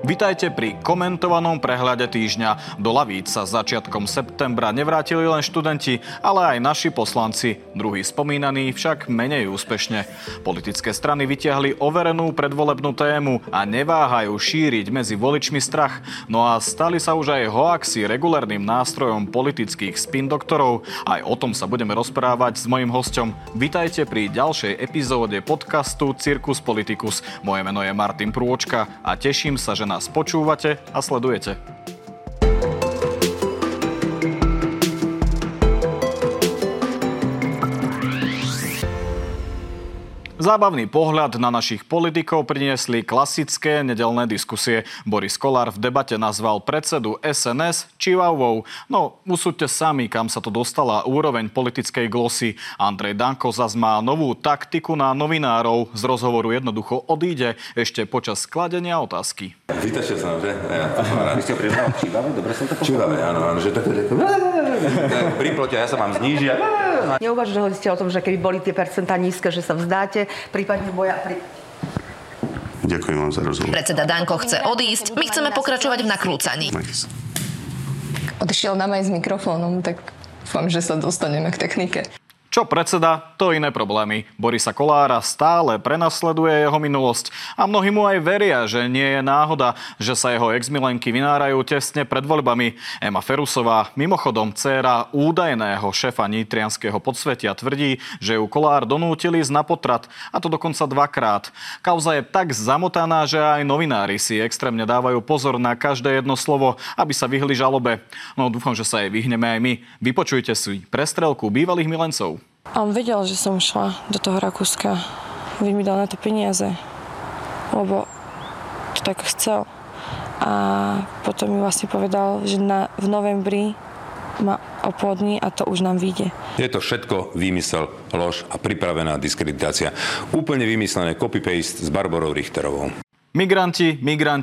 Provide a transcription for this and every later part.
Vitajte pri komentovanom prehľade týždňa. Do lavíc sa začiatkom septembra nevrátili len študenti, ale aj naši poslanci. Druhý spomínaní však menej úspešne. Politické strany vytiahli overenú predvolebnú tému a neváhajú šíriť medzi voličmi strach. No a stali sa už aj hoaxy regulérnym nástrojom politických spin doktorov. Aj o tom sa budeme rozprávať s mojím hosťom. Vitajte pri ďalšej epizóde podcastu Circus Politicus. Moje meno je Martin Prôčka a teším sa, že nás počúvate a sledujete. Zábavný pohľad na našich politikov priniesli klasické nedeľné diskusie. Boris Kollár v debate nazval predsedu SNS čivavou. No, usúďte sami, kam sa to dostala úroveň politickej glosy. Andrej Danko zas má novú taktiku na novinárov. Z rozhovoru jednoducho odíde ešte počas skladenia otázky. Vytačil som, že? Vy ste ho prirovnal k čivavé? Dobre som to pochopil? Čivavé, áno, že takto pri plote, ja sa mám znížia. Neuvažovali ste o tom, že keby boli tie percentá nízke, že sa vzdáte, prípadne boja... Ďakujem vám za rozhovor. Predseda Danko chce odísť, my chceme pokračovať v nakrúcaní. Odišiel nám aj s mikrofónom, tak dúfam, že sa dostaneme k technike. Čo predseda, to iné problémy. Borisa Kollára stále prenasleduje jeho minulosť a mnohí mu aj veria, že nie je náhoda, že sa jeho exmilenky vynárajú tesne pred voľbami. Ema Ferusová, mimochodom dcéra údajného šéfa nitrianskeho podsvetia, tvrdí, že ju Kollár donútili ísť na potrat, a to dokonca 2-krát. Kauza je tak zamotaná, že aj novinári si extrémne dávajú pozor na každé jedno slovo, aby sa vyhli žalobe. No dúfam, že sa jej vyhneme aj my. Vypočujte si prestrelku bývalých milencov. On vedel, že som šla do toho Rakúska. Vy mi dal na to peniaze, lebo to tak chcel. A potom mi vlastne povedal, že v novembri ma oplodní a to už nám vyjde. Je to všetko výmysel, lož a pripravená diskreditácia. Úplne vymyslené copy-paste s Barborou Richterovou. Migranti.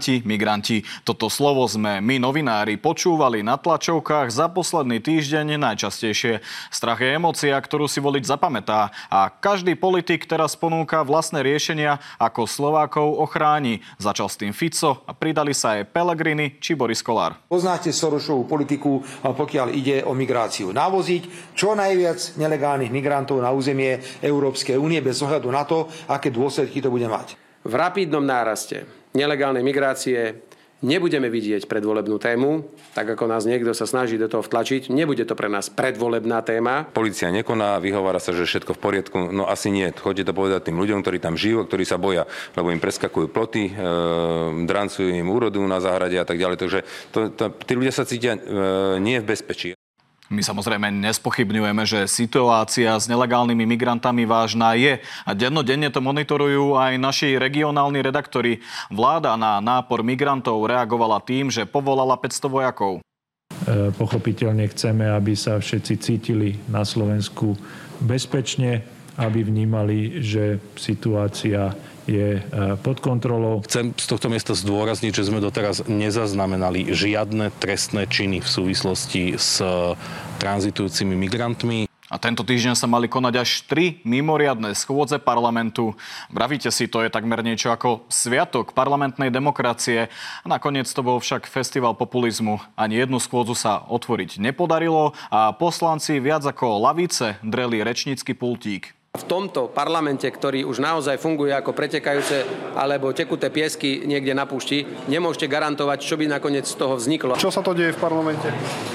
Toto slovo sme my, novinári, počúvali na tlačovkách za posledný týždeň najčastejšie. Strach je emócia, ktorú si volič zapamätá. A každý politik teraz ponúka vlastné riešenia, ako Slovákov ochráni. Začal s tým Fico a pridali sa aj Pellegrini či Boris Kollár. Poznáte Sorosovú politiku, pokiaľ ide o migráciu. Navoziť čo najviac nelegálnych migrantov na územie Európskej únie bez ohľadu na to, aké dôsledky to bude mať. V rapídnom náraste nelegálnej migrácie nebudeme vidieť predvolebnú tému, tak ako nás niekto sa snaží do toho vtlačiť. Nebude to pre nás predvolebná téma. Polícia nekoná, vyhovára sa, že všetko v poriadku. No asi nie. Choďte to povedať tým ľuďom, ktorí tam žijú, ktorí sa boja, lebo im preskakujú ploty, drancujú im úrodu na záhrade a tak ďalej. Takže tí ľudia sa cítia nie v bezpečí. My samozrejme nespochybňujeme, že situácia s nelegálnymi migrantami vážna je. A dennodenne to monitorujú aj naši regionálni redaktori. Vláda na nápor migrantov reagovala tým, že povolala 500 vojakov. Pochopiteľne chceme, aby sa všetci cítili na Slovensku bezpečne, aby vnímali, že situácia je pod kontrolou. Chcem z tohto miesta zdôrazniť, že sme doteraz nezaznamenali žiadne trestné činy v súvislosti s tranzitujúcimi migrantmi. A tento týždeň sa mali konať až 3 mimoriadne schôdze parlamentu. Vravíte si, to je takmer niečo ako sviatok parlamentnej demokracie. A nakoniec to bol však festival populizmu. Ani jednu schôdzu sa otvoriť nepodarilo a poslanci viac ako lavice dreli rečnícky pultík. V tomto parlamente, ktorý už naozaj funguje ako pretekajúce alebo tekuté piesky niekde na púšti, nemôžete garantovať, čo by nakoniec z toho vzniklo. Čo sa to deje v parlamente?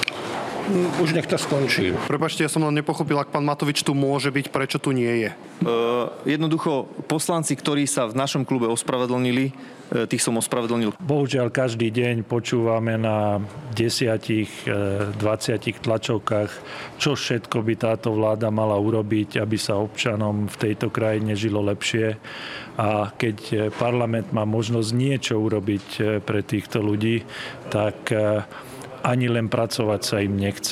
Už nech to skončí. Prepáčte, ja som len nepochopil, ak pán Matovič tu môže byť, prečo tu nie je. Jednoducho, poslanci, ktorí sa v našom klube ospravedlnili, tých som ospravedlnil. Bohužiaľ, každý deň počúvame na 10-20 tlačovkách, čo všetko by táto vláda mala urobiť, aby sa občanom v tejto krajine žilo lepšie. A keď parlament má možnosť niečo urobiť pre týchto ľudí, tak ani len pracovať sa im nechce.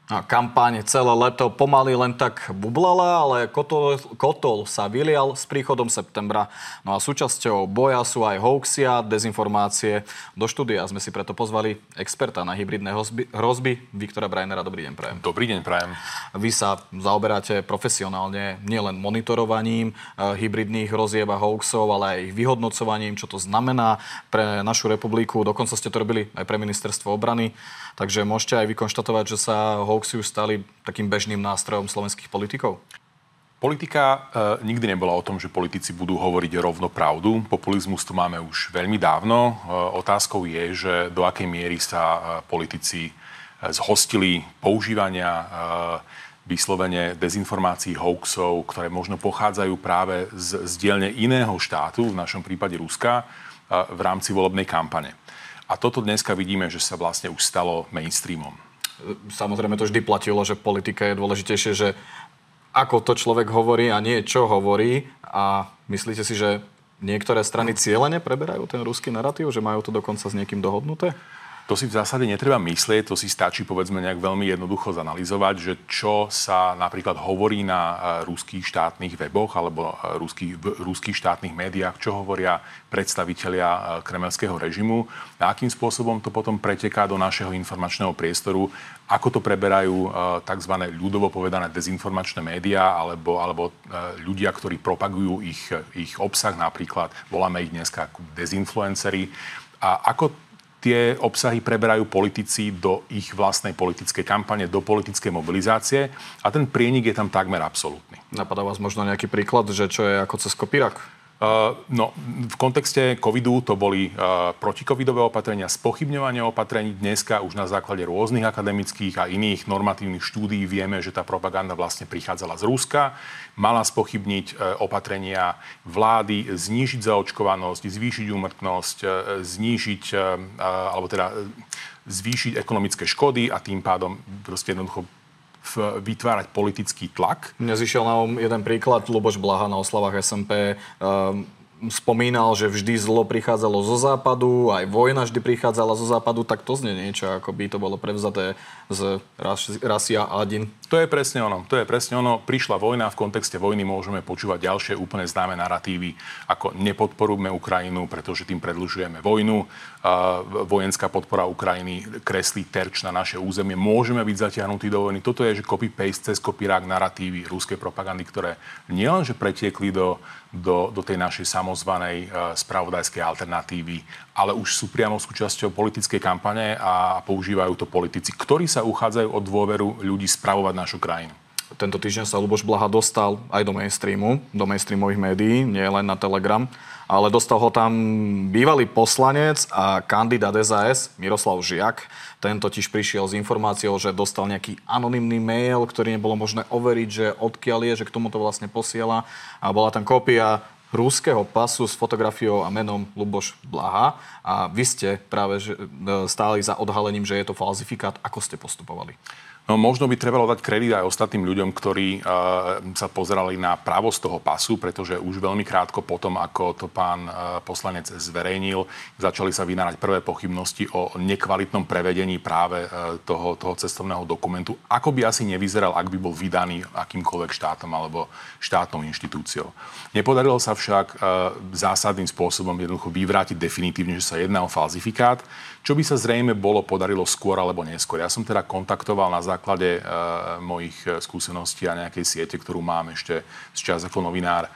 A kampaň celé leto pomaly len tak bublala, ale kotol sa vylial s príchodom septembra. No a súčasťou boja sú aj hoaxy a dezinformácie. Do štúdia sme si preto pozvali experta na hybridné hrozby, Viktora Brajnera. Dobrý deň, prajem. Dobrý deň, prajem. Vy sa zaoberáte profesionálne nielen monitorovaním hybridných hrozieb a hoaxov, ale aj ich vyhodnocovaním, čo to znamená pre našu republiku. Dokonca ste to robili aj pre ministerstvo obrany. Takže môžete aj vykonštatovať, že sa hoaxy už stali takým bežným nástrojom slovenských politikov? Politika nikdy nebola o tom, že politici budú hovoriť rovno pravdu. Populizmus tu máme už veľmi dávno. Otázkou je, že do akej miery sa politici zhostili používania vyslovene dezinformácií, hoaxov, ktoré možno pochádzajú práve z dielne iného štátu, v našom prípade Ruska, v rámci volebnej kampane. A toto dneska vidíme, že sa vlastne už stalo mainstreamom. Samozrejme to vždy platilo, že v politike je dôležitejšie, že ako to človek hovorí a nie čo hovorí. A myslíte si, že niektoré strany cieľene preberajú ten ruský narratív, že majú to dokonca s niekým dohodnuté? To si v zásade netreba myslieť, to si stačí povedzme nejak veľmi jednoducho zanalyzovať, že čo sa napríklad hovorí na ruských štátnych weboch alebo ruských štátnych médiách, čo hovoria predstavitelia kremelského režimu a akým spôsobom to potom preteká do našeho informačného priestoru, ako to preberajú tzv. Ľudovo povedané dezinformačné médiá alebo ľudia, ktorí propagujú ich obsah, napríklad voláme ich dneska dezinfluenceri, a ako tie obsahy preberajú politici do ich vlastnej politickej kampane, do politickej mobilizácie a ten prienik je tam takmer absolútny. Napadá vás možno nejaký príklad, že čo je ako cez kopírak? V kontexte covidu to boli protikovidové opatrenia, spochybňovanie opatrení. Dneska už na základe rôznych akademických a iných normatívnych štúdií vieme, že tá propaganda vlastne prichádzala z Ruska. Mala spochybniť opatrenia vlády, znížiť zaočkovanosť, zvýšiť úmrtnosť, zvýšiť ekonomické škody a tým pádom proste jednoducho vytvárať politický tlak. Mne zišiel na jeden príklad. Ľuboš Blaha na oslavách SMP spomínal, že vždy zlo prichádzalo zo západu, aj vojna vždy prichádzala zo západu, tak to znie niečo, ako by to bolo prevzaté z Rasia Adin. To je presne ono. Prišla vojna, v kontexte vojny môžeme počúvať ďalšie úplne známe naratívy, ako nepodporujme Ukrajinu, pretože tým predĺžujeme vojnu. Vojenská podpora Ukrajiny kreslí terč na naše územie. Môžeme byť zatiahnutí do vojny. Toto je, že copy-paste cez kopírák naratívy ruskej propagandy, ktoré nielenže pretiekli do tej našej samozvanej spravodajskej alternatívy, ale už sú priamo súčasťou politickej kampane a používajú to politici, ktorí sa uchádzajú o dôveru ľudí spravovať našu krajinu. Tento týždeň sa Ľuboš Blaha dostal aj do mainstreamových médií, nie len na Telegram, ale dostal ho tam bývalý poslanec a kandidát SAS Miroslav Žiak. Ten totiž prišiel s informáciou, že dostal nejaký anonymný mail, ktorý nebolo možné overiť, že odkiaľ je, že k tomu to vlastne posiela. A bola tam kópia ruského pasu s fotografiou a menom Ľuboš Blaha. A vy ste práve stáli za odhalením, že je to falzifikát. Ako ste postupovali? No, možno by trebalo dať kredit aj ostatným ľuďom, ktorí sa pozerali na pravosť toho pasu, pretože už veľmi krátko potom, ako to pán poslanec zverejnil, začali sa vynárať prvé pochybnosti o nekvalitnom prevedení práve toho cestovného dokumentu. Ako by asi nevyzeral, ak by bol vydaný akýmkoľvek štátom alebo štátnou inštitúciou. Nepodarilo sa však zásadným spôsobom jednoducho vyvrátiť definitívne, že sa jedná o falzifikát, čo by sa zrejme podarilo skôr alebo neskôr. Ja som teda kontaktoval na základe mojich skúseností a nejakej siete, ktorú mám ešte z čas ako novinár,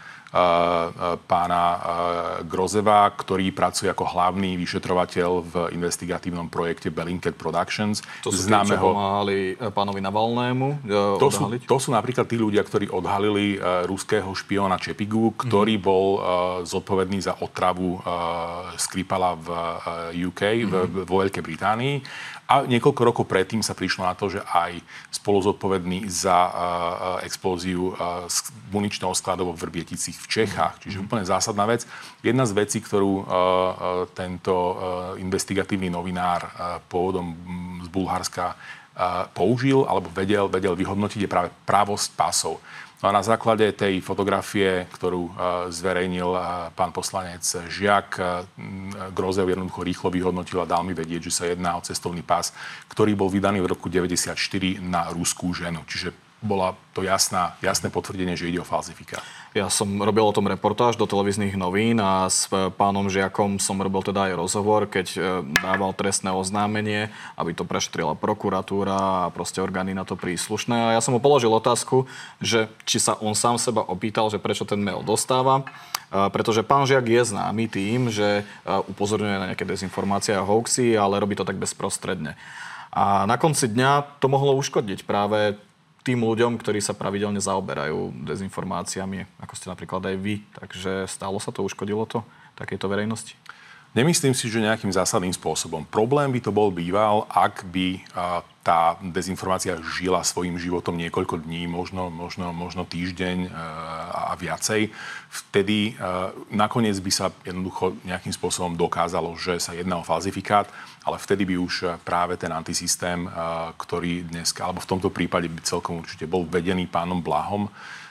pána Grozeva, ktorý pracuje ako hlavný vyšetrovateľ v investigatívnom projekte Bellingcat Productions. To sú tí, čo pomáhali pánovi Navalnému odhaliť? To sú napríklad tí ľudia, ktorí odhalili ruského špióna Čepigu, ktorý bol zodpovedný za otravu Skripala v UK, vo Veľkej Británii. A niekoľko rokov predtým sa prišlo na to, že aj spolu zodpovedný za explóziu muničného skladu vo Vrbieticích v Čechách. Čiže úplne zásadná vec. Jedna z vecí, ktorú tento investigatívny novinár pôvodom z Bulharska použil alebo vedel vyhodnotiť, je práve právosť pásov. No a na základe tej fotografie, ktorú zverejnil pán poslanec Žiak, Grozev jednoducho rýchlo vyhodnotil a dal mi vedieť, že sa jedná o cestovný pás, ktorý bol vydaný v roku 1994 na ruskú ženu. Čiže bola to jasné potvrdenie, že ide o falzifikát. Ja som robil o tom reportáž do televíznych novín a s pánom Žiakom som robil teda aj rozhovor, keď dával trestné oznámenie, aby to prešetrila prokuratúra a proste orgány na to príslušné. A ja som mu položil otázku, že či sa on sám seba opýtal, že prečo ten mail dostáva. Pretože pán Žiak je známy tým, že upozorňuje na nejaké dezinformácie a hoaxy, ale robí to tak bezprostredne. A na konci dňa to mohlo uškodiť práve tým ľuďom, ktorí sa pravidelne zaoberajú dezinformáciami, ako ste napríklad aj vy. Takže stálo sa to, uškodilo to takejto verejnosti? Nemyslím si, že nejakým zásadným spôsobom. Problém by to bol býval, ak by tá dezinformácia žila svojím životom niekoľko dní, možno týždeň a viacej. Vtedy nakoniec by sa jednoducho nejakým spôsobom dokázalo, že sa jedná o falzifikát, ale vtedy by už práve ten antisystém, ktorý dnes, alebo v tomto prípade by celkom určite bol vedený pánom Blahom,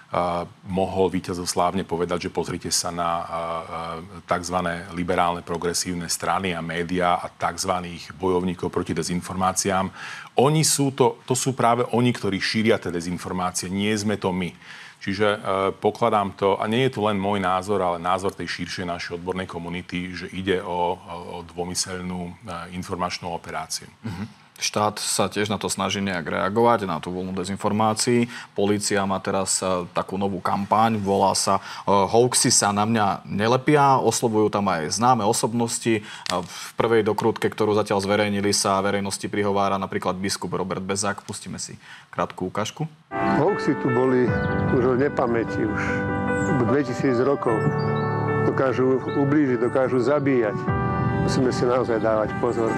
mohol víťazoslávne povedať, že pozrite sa na tzv. Liberálne progresívne strany a médiá a tzv. Bojovníkov proti dezinformáciám. To sú práve oni, ktorí šíria tie dezinformácie, nie sme to my. Čiže pokladám to, a nie je to len môj názor, ale názor tej širšej našej odbornej komunity, že ide o dvomyseľnú informačnú operáciu. Štát sa tiež na to snaží nejak reagovať, na tú vlnu dezinformácií. Polícia má teraz takú novú kampaň, volá sa Hoaxy sa na mňa nelepia, oslovujú tam aj známe osobnosti. V prvej dokrutke, ktorú zatiaľ zverejnili, sa verejnosti prihovára napríklad biskup Robert Bezák. Pustíme si krátku ukážku. Hoaxy tu boli už od nepamäti, už 2000 rokov. Dokážu ublížiť, dokážu zabíjať. Musíme si naozaj dávať pozor.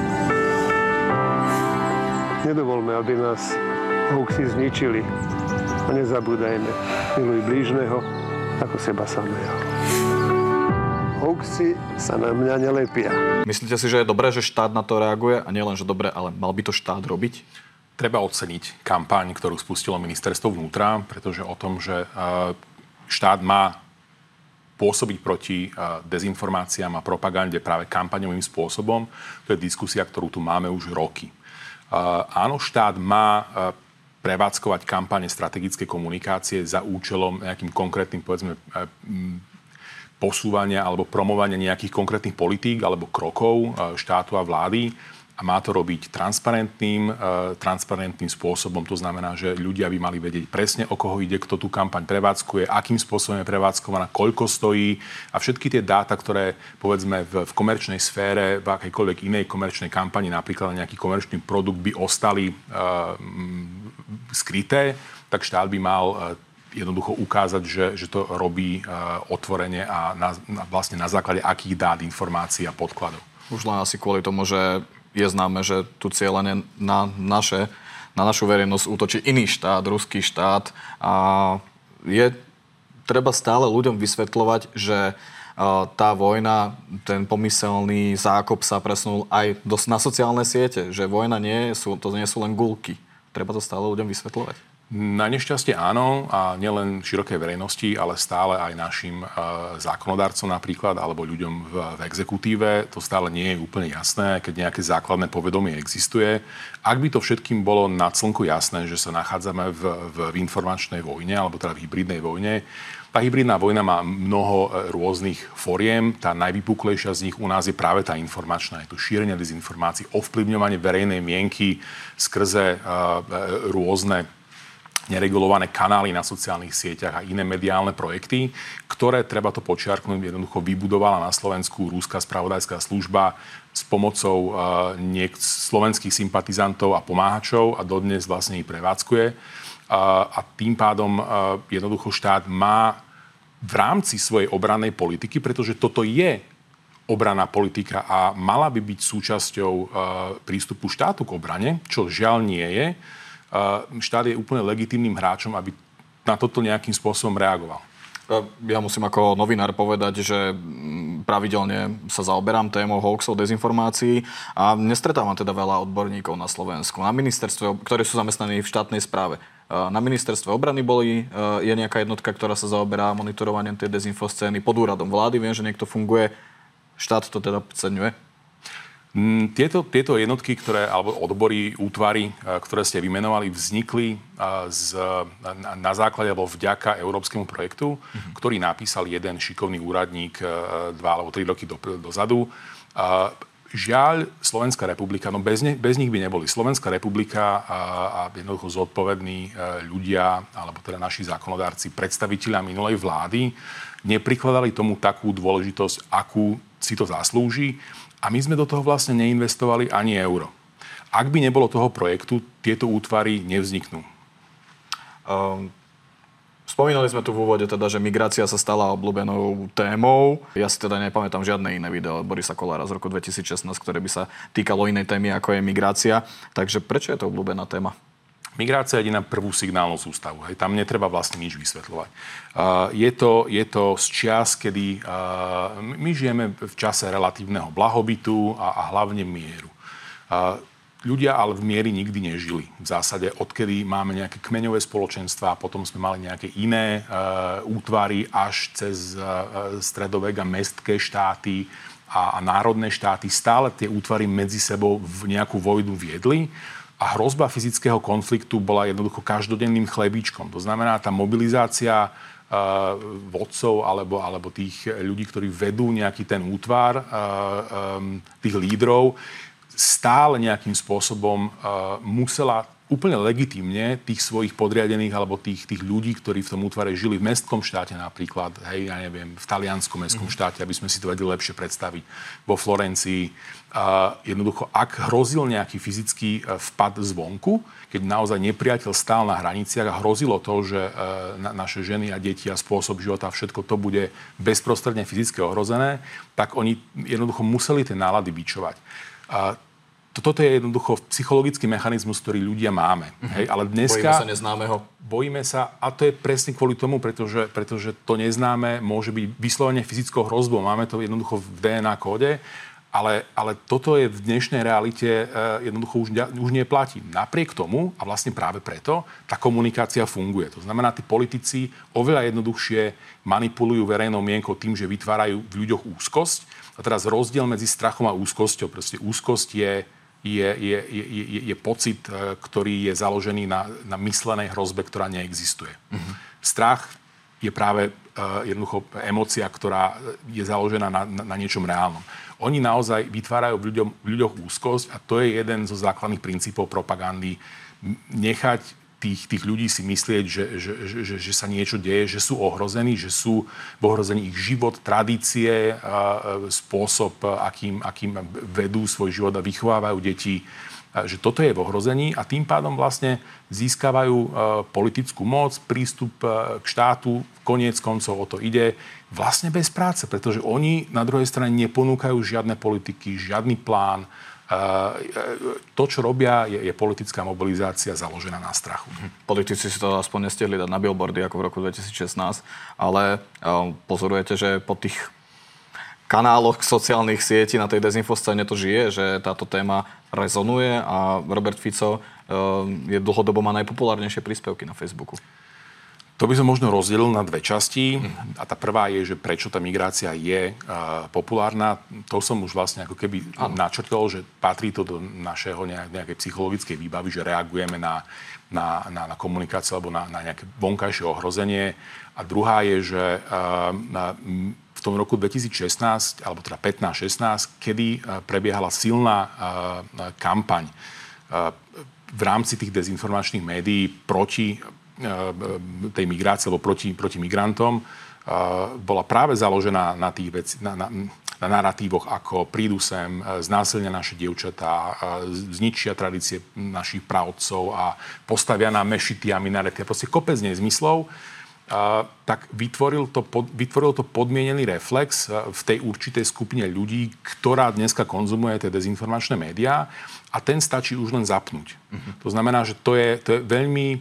Nedovolme, aby nás hoaxy zničili. A nezabúdajme, miluj blížneho ako seba samého. Hoaxy sa na mňa nelepia. Myslíte si, že je dobré, že štát na to reaguje? A nie len, že dobre, ale mal by to štát robiť? Treba oceniť kampaň, ktorú spustilo ministerstvo vnútra, pretože o tom, že štát má pôsobiť proti dezinformáciám a propagande práve kampaňovým spôsobom, to je diskusia, ktorú tu máme už roky. Áno, štát má prevádzkovať kampane strategickej komunikácie za účelom nejakým konkrétnym, povedzme, posúvania alebo promovania nejakých konkrétnych politík alebo krokov štátu a vlády. A má to robiť transparentným spôsobom. To znamená, že ľudia by mali vedieť presne, o koho ide, kto tú kampaň prevádzkuje, akým spôsobom je prevádzkovaná, koľko stojí a všetky tie dáta, ktoré povedzme v komerčnej sfére, v akejkoľvek inej komerčnej kampani, napríklad nejaký komerčný produkt by ostali skryté, tak štát by mal jednoducho ukázať, že to robí otvorene a vlastne na základe akých dát, informácií a podkladov. Už len asi kvôli tomu, že je známe, že tu cieľene na našu verejnosť útočí iný štát, ruský štát. A je treba stále ľuďom vysvetľovať, že tá vojna, ten pomyselný zákop sa presunul aj na sociálne siete. Že vojna to nie sú len guľky. Treba to stále ľuďom vysvetľovať. Na nešťastie áno, a nielen širokej verejnosti, ale stále aj našim zákonodarcom napríklad, alebo ľuďom v exekutíve. To stále nie je úplne jasné, keď nejaké základné povedomie existuje. Ak by to všetkým bolo nad slnku jasné, že sa nachádzame v informačnej vojne, alebo teda v hybridnej vojne, tá hybridná vojna má mnoho rôznych foriem. Tá najvypuklejšia z nich u nás je práve tá informačná. Je to šírenie dezinformácií, ovplyvňovanie verejnej mienky skrze rôzne neregulované kanály na sociálnych sieťach a iné mediálne projekty, ktoré, treba to počiarknúť, jednoducho vybudovala na Slovensku rúska spravodajská služba s pomocou slovenských sympatizantov a pomáhačov a dodnes vlastne ich prevádzkuje. A tým pádom jednoducho štát má v rámci svojej obrannej politiky, pretože toto je obranná politika a mala by byť súčasťou prístupu štátu k obrane, čo žiaľ nie je, štát je úplne legitímnym hráčom, aby na toto nejakým spôsobom reagoval. Ja musím ako novinár povedať, že pravidelne sa zaoberám témou hoaxov, dezinformácií a nestretávam teda veľa odborníkov na Slovensku, na ministerstve, ktorí sú zamestnaní v štátnej správe. Na ministerstve obrany je nejaká jednotka, ktorá sa zaoberá monitorovaním tej dezinfoscény pod úradom vlády. Viem, že niekto funguje. Štát to teda podceňuje. Tieto jednotky, alebo odbory, útvary, ktoré ste vymenovali, vznikli na základe alebo vďaka európskemu projektu, ktorý napísal jeden šikovný úradník 2 alebo 3 roky dozadu. Žiaľ, Slovenská republika, no bez nich by neboli. Slovenská republika a jednoducho zodpovední ľudia, alebo teda naši zákonodárci, predstavitelia minulej vlády, neprikladali tomu takú dôležitosť, akú si to zaslúži. A my sme do toho vlastne neinvestovali ani euro. Ak by nebolo toho projektu, tieto útvary nevzniknú. Spomínali sme tu v úvode teda, že migrácia sa stala obľúbenou témou. Ja si teda nepamätám žiadne iné video od Borisa Kollára z roku 2016, ktoré by sa týkalo inej témy, ako je migrácia. Takže prečo je to obľúbená téma? Migrácia ide na prvú signálnu sústavu. Hej. Tam netreba vlastne nič vysvetľovať. Je to z čias, kedy my žijeme v čase relatívneho blahobytu a hlavne mieru. Ľudia ale v miery nikdy nežili. V zásade, odkedy máme nejaké kmeňové spoločenstvá, potom sme mali nejaké iné útvary až cez stredovek a mestské štáty a národné štáty. Stále tie útvary medzi sebou v nejakú vojnu viedli. A hrozba fyzického konfliktu bola jednoducho každodenným chlebíčkom. To znamená, tá mobilizácia vodcov alebo tých ľudí, ktorí vedú nejaký ten útvar, tých lídrov, stále nejakým spôsobom musela úplne legitímne tých svojich podriadených alebo tých ľudí, ktorí v tom útvare žili v mestskom štáte napríklad, hej, ja neviem, v talianskom mestskom štáte, aby sme si to vedeli lepšie predstaviť, vo Florencii. Jednoducho, ak hrozil nejaký fyzický vpad zvonku, keď naozaj nepriateľ stál na hraniciach a hrozilo to, že naše ženy a deti a spôsob života a všetko to bude bezprostredne fyzicky ohrozené, tak oni jednoducho museli tie nálady bičovať. Toto je jednoducho psychologický mechanizmus, ktorý ľudia máme. Hej? Ale dneska... Bojíme sa neznámeho. Bojíme sa, a to je presne kvôli tomu, pretože to neznáme môže byť vyslovene fyzickou hrozbou. Máme to jednoducho v DNA kóde, ale toto je v dnešnej realite jednoducho už neplatí. Napriek tomu, a vlastne práve preto, tá komunikácia funguje. To znamená, tí politici oveľa jednoduchšie manipulujú verejnou mienkou tým, že vytvárajú v ľuďoch úzkosť. A teraz rozdiel medzi strachom a úzkosťou. Proste úzkosť je pocit, ktorý je založený na myslenej hrozbe, ktorá neexistuje. Strach je práve jednoducho emócia, ktorá je založená na niečom reálnom. Oni naozaj vytvárajú v ľuďoch úzkosť a to je jeden zo základných princípov propagandy. Nechať tých ľudí si myslieť, že sa niečo deje, že sú ohrození, že sú v ohrození ich život, tradície, spôsob, akým vedú svoj život a vychovávajú deti, že toto je v ohrození a tým pádom vlastne získavajú politickú moc, prístup k štátu, koniec koncov o to ide, vlastne bez práce, pretože oni na druhej strane neponúkajú žiadne politiky, žiadny plán. To, čo robia, je politická mobilizácia založená na strachu. Politici si to aspoň nestihli dať na billboardy ako v roku 2016, ale pozorujete, že po tých kanáloch sociálnych sietí na tej dezinfoscéne to žije, že táto téma rezonuje a Robert Fico je dlhodobo má najpopulárnejšie príspevky na Facebooku. To by som možno rozdelil na dve časti. A tá prvá je, že prečo tá migrácia je populárna. To som už vlastne ako keby načrtol, že patrí to do našeho nejakej psychologickej výbavy, že reagujeme na komunikáciu alebo na nejaké vonkajšie ohrozenie. A druhá je, že v tom roku 2016, alebo teda 15-16, kedy prebiehala silná kampaň v rámci tých dezinformačných médií proti tej migrácie alebo proti migrantom, bola práve založená na tých veci, na naratívoch, ako prídu sem, znásilnia naše dievčatá, zničia tradície našich pravdcov a postavia na mešity a minarety a proste kopec nezmyslov, tak vytvoril to podmienený reflex v tej určitej skupine ľudí, ktorá dneska konzumuje tie dezinformačné médiá a ten stačí už len zapnúť. To znamená, že to je veľmi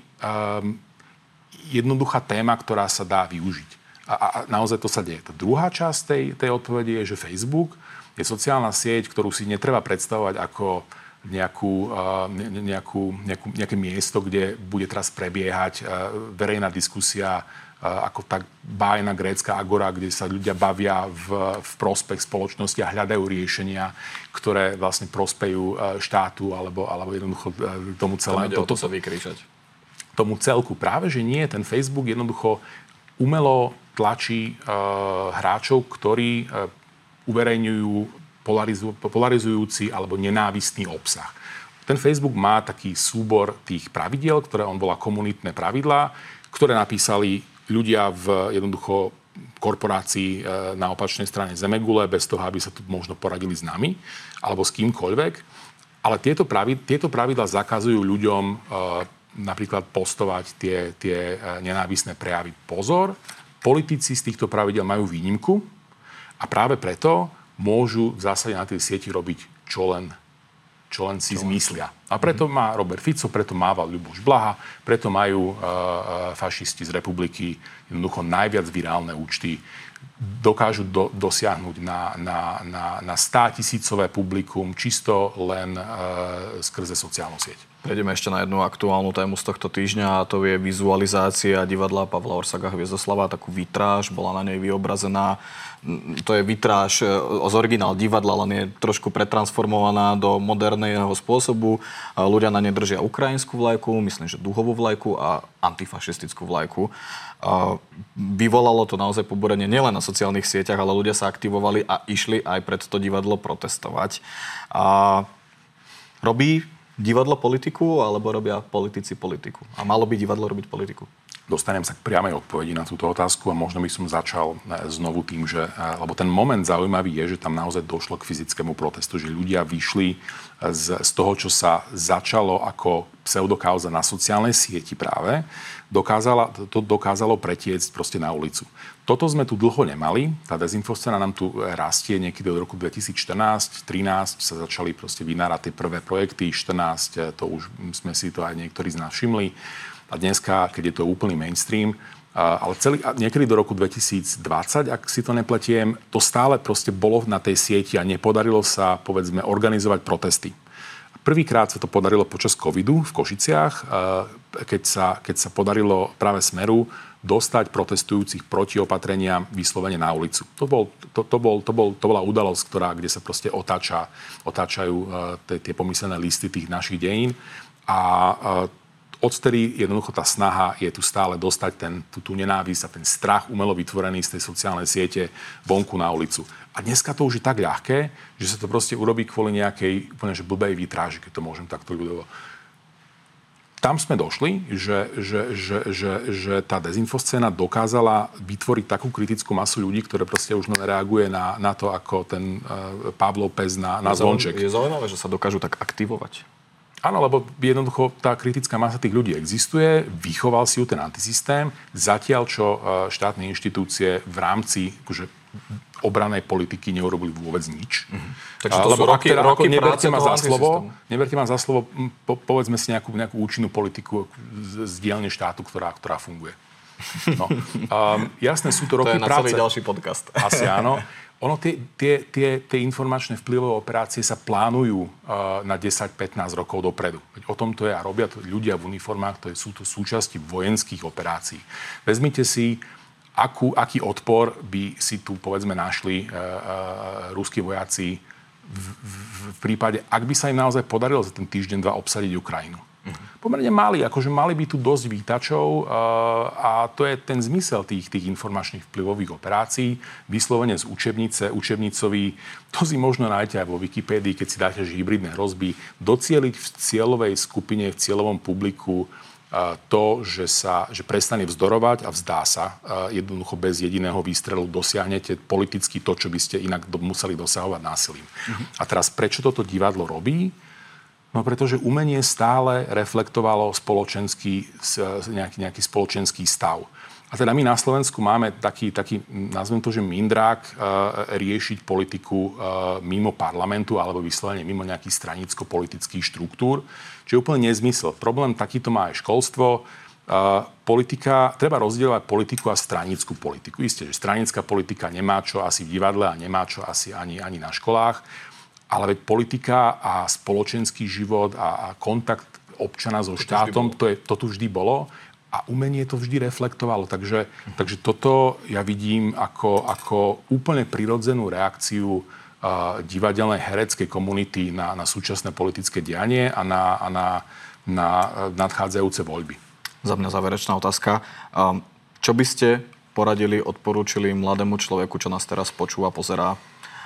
jednoduchá téma, ktorá sa dá využiť. A naozaj to sa deje. Tá druhá časť tej odpovede je, že Facebook je sociálna sieť, ktorú si netreba predstavovať ako nejaké miesto, kde bude teraz prebiehať verejná diskusia ako tak bájna grécka agora, kde sa ľudia bavia v prospech spoločnosti a hľadajú riešenia, ktoré vlastne prospejú štátu alebo jednoducho tomu celému. Toto sa vykričať. Tomu celku. Práve, že nie. Ten Facebook jednoducho umelo tlačí hráčov, ktorí uverejňujú polarizujúci alebo nenávistný obsah. Ten Facebook má taký súbor tých pravidiel, ktoré on volá komunitné pravidlá, ktoré napísali ľudia v jednoducho korporácii na opačnej strane zemegule, bez toho, aby sa tu možno poradili s nami alebo s kýmkoľvek. Ale tieto pravidlá zakazujú ľuďom napríklad postovať tie nenávistné prejavy. Pozor, politici z týchto pravidel majú výnimku a práve preto môžu v zásade na tej sieti robiť čo len si zmyslia. A preto má Robert Fico, preto máva Ľuboš Blaha, preto majú fašisti z republiky jednoducho najviac virálne účty. Dokážu dosiahnuť na 100 000 publikum čisto len skrze sociálnu sieť. Prejdeme ešte na jednu aktuálnu tému z tohto týždňa a to je vizualizácia divadla Pavla Orsaga Hviezdoslava. Takú vitráž, bola na nej vyobrazená. To je vitráž z originál divadla, len je trošku pretransformovaná do moderného spôsobu. Ľudia na nej držia ukrajinskú vlajku, myslím, že duhovú vlajku a antifašistickú vlajku. Vyvolalo to naozaj pobúrenie nielen na sociálnych sieťach, ale ľudia sa aktivovali a išli aj pred to divadlo protestovať. Robí divadlo politiku, alebo robia politici politiku? A malo by divadlo robiť politiku? Dostanem sa k priamej odpovedi na túto otázku a možno by som začal znovu tým, že, lebo ten moment zaujímavý je, že tam naozaj došlo k fyzickému protestu, že ľudia vyšli z toho, čo sa začalo ako pseudokauza na sociálnej sieti práve, dokázalo pretiecť proste na ulicu. Toto sme tu dlho nemali, tá dezinfoscéna nám tu rastie niekedy od roku 2014, 2013 sa začali proste vynárať tie prvé projekty, 2014 to už sme si to aj niektorí z nás všimli. A dneska, keď je to úplný mainstream, ale niekedy do roku 2020, ak si to nepletiem, to stále proste bolo na tej sieti a nepodarilo sa, povedzme, organizovať protesty. Prvýkrát sa to podarilo počas covidu v Košiciach, keď sa podarilo práve Smeru dostať protestujúcich proti opatreniam vyslovene na ulicu. To bola udalosť, kde sa proste otáčajú tie pomyslené listy tých našich dejín a odtedy jednoducho tá snaha je tu stále dostať tú nenávisť a ten strach umelo vytvorený z tej sociálnej siete vonku na ulicu. A dneska to už je tak ľahké, že sa to proste urobí kvôli nejakej úplne blbej vitráži, keď to môžem takto ľudovo. Tam sme došli, že tá dezinfoscéna dokázala vytvoriť takú kritickú masu ľudí, ktoré proste už reaguje na to, ako ten Pavlov pes na zvonček. Je zaujímavé, že sa dokážu tak aktivovať. Áno, lebo jednoducho tá kritická masa tých ľudí existuje, vychoval si ju ten antisystém, zatiaľ čo štátne inštitúcie v rámci obranej politiky neurobili vôbec nič. Takže to sú roky neberte ma za slovo, povedzme si nejakú účinnú politiku z dielne štátu, ktorá funguje. No. Jasné, sú to roky práce. To je na celý ďalší podcast. Asi áno. Tie informačné vplyvové operácie sa plánujú na 10-15 rokov dopredu. O tom to je a robia to ľudia v uniformách, sú to súčasti vojenských operácií. Vezmite si, aký odpor by si tu, povedzme, našli ruskí vojaci v prípade, ak by sa im naozaj podarilo za ten týždeň, dva obsadiť Ukrajinu. Pomerne mali by tu dosť vítačov a to je ten zmysel tých informačných vplyvových operácií. Vyslovene z učebnicový, to si možno nájdete aj vo Wikipédii, keď si dáte, že hybridné hrozby, docieliť v cieľovej skupine, v cieľovom publiku to, že prestane vzdorovať a vzdá sa. Jednoducho bez jediného výstrelu dosiahnete politicky to, čo by ste inak museli dosahovať násilím. A teraz prečo toto divadlo robí? No pretože umenie stále reflektovalo nejaký spoločenský stav. A teda my na Slovensku máme taký nazvem to, že mindrák riešiť politiku mimo parlamentu alebo vyslovene mimo nejakých stranicko-politických štruktúr, čo je úplne nezmysel. Problém takýto má aj školstvo. Politika, treba rozdielovať politiku a stranickú politiku. Isté, že stranická politika nemá čo asi v divadle a nemá čo asi ani na školách. Ale veď politika a spoločenský život a kontakt občana so štátom, to tu vždy bolo a umenie to vždy reflektovalo. Takže toto ja vidím ako úplne prirodzenú reakciu divadelnej hereckej komunity na súčasné politické dianie a na nadchádzajúce voľby. Za mňa záverečná otázka. Čo by ste poradili, odporúčili mladému človeku, čo nás teraz počúva, pozerá,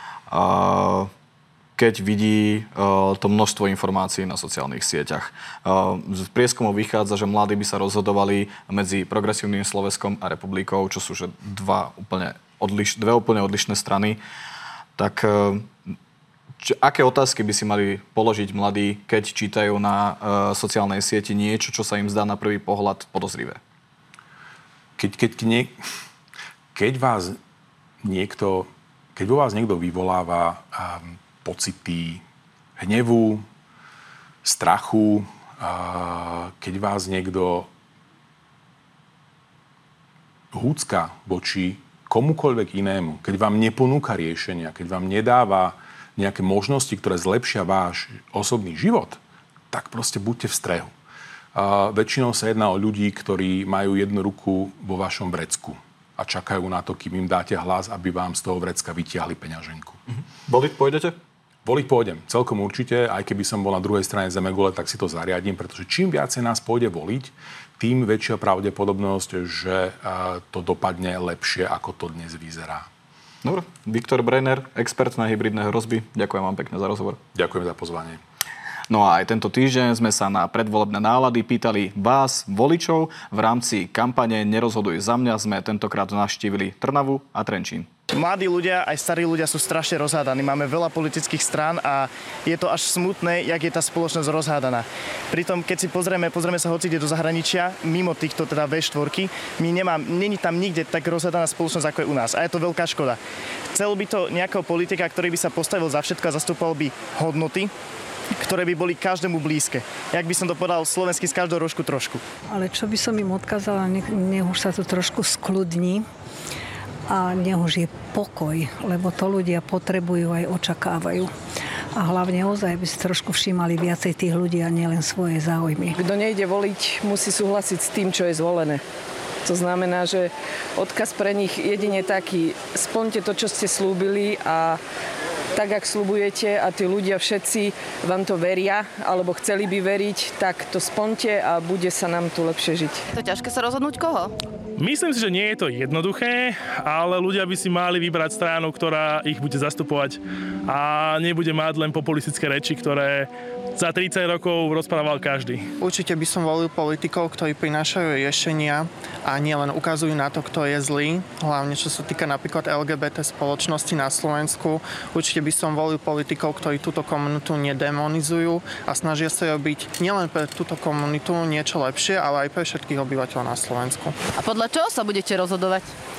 keď vidí to množstvo informácií na sociálnych sieťach? Z prieskumov vychádza, že mladí by sa rozhodovali medzi Progresívnym Slovenskom a Republikou, čo sú že dve úplne odlišné strany. Tak aké otázky by si mali položiť mladí, keď čítajú na sociálnej sieti niečo, čo sa im zdá na prvý pohľad podozrivé? Keď vo vás niekto vyvoláva pocity hnevu, strachu, keď vás niekto húcka voči komukoľvek inému, keď vám neponúka riešenia, keď vám nedáva nejaké možnosti, ktoré zlepšia váš osobný život, tak proste buďte v strehu. Väčšinou sa jedná o ľudí, ktorí majú jednu ruku vo vašom vrecku a čakajú na to, kým im dáte hlas, aby vám z toho vrecka vytiahli peňaženku. Voliť pôjdete? Voliť pôjdem, celkom určite, aj keby som bol na druhej strane zemegule, tak si to zariadím, pretože čím viacej nás pôjde voliť, tým väčšia pravdepodobnosť, že to dopadne lepšie, ako to dnes vyzerá. Dobre. Viktor Brenner, expert na hybridné hrozby. Ďakujem vám pekne za rozhovor. Ďakujem za pozvanie. No a aj tento týždeň sme sa na predvolebné nálady pýtali vás, voličov. V rámci kampane Nerozhoduj za mňa sme tentokrát navštívili Trnavu a Trenčín. Mladí ľudia, aj starí ľudia sú strašne rozhádaní. Máme veľa politických strán a je to až smutné, jak je tá spoločnosť rozhádaná. Pritom, keď si pozrieme sa hocide do zahraničia, mimo týchto teda V4, není tam nikde tak rozhádaná spoločnosť, ako je u nás. A je to veľká škoda. Chcel by to nejakého politika, ktorý by sa postavil za všetko a zastupoval by hodnoty, ktoré by boli každému blízke. Jak by som to povedal slovensky, z každého rožku trošku. Ale čo by som im odkázala, nech už sa to trošku skľudní a nech už je pokoj, lebo to ľudia potrebujú aj očakávajú. A hlavne ozaj by si trošku všímali viacej tých ľudí a nielen svoje záujmy. Kto nejde voliť, musí súhlasiť s tým, čo je zvolené. To znamená, že odkaz pre nich jedine taký, splňte to, čo ste slúbili a tak, ak sľubujete a tí ľudia všetci vám to veria, alebo chceli by veriť, tak to splňte a bude sa nám tu lepšie žiť. To ťažké sa rozhodnúť koho? Myslím si, že nie je to jednoduché, ale ľudia by si mali vybrať stranu, ktorá ich bude zastupovať a nebude mať len populistické reči, ktoré za 30 rokov rozprával každý. Určite by som volil politikov, ktorí prinášajú riešenia a nielen ukazujú na to, kto je zlý, hlavne čo sa týka napríklad LGBT spoločnosti na Slovensku. Určite by som volil politikov, ktorí túto komunitu nedemonizujú a snažia sa robiť nielen pre túto komunitu niečo lepšie, ale aj pre všetkých obyvateľov na Slovensku. A podľa čoho sa budete rozhodovať?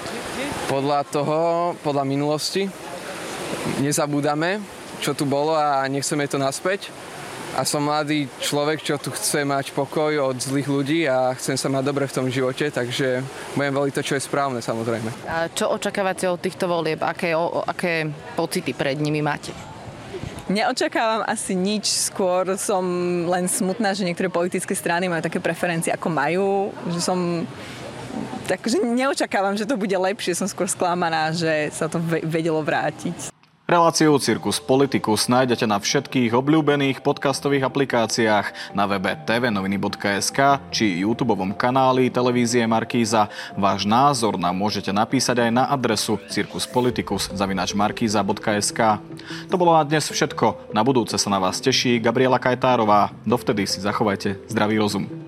Podľa minulosti. Nezabúdame, čo tu bolo a nechceme to naspäť. A som mladý človek, čo tu chce mať pokoj od zlých ľudí a chcem sa mať dobre v tom živote, takže budem voliť to, čo je správne, samozrejme. A čo očakávate od týchto volieb? Aké pocity pred nimi máte? Neočakávam asi nič, skôr som len smutná, že niektoré politické strany majú také preferencie, ako majú, že som... Takže neočakávam, že to bude lepšie, som skôr sklamaná, že sa to vedelo vrátiť. Reláciu Cirkus Politicus nájdete na všetkých obľúbených podcastových aplikáciách, na webe tvnoviny.sk či YouTubeovom kanáli televízie Markíza. Váš názor nám môžete napísať aj na adresu cirkuspoliticus@markiza.sk. To bolo na dnes všetko. Na budúce sa na vás teší Gabriela Kajtárová. Dovtedy si zachovajte zdravý rozum.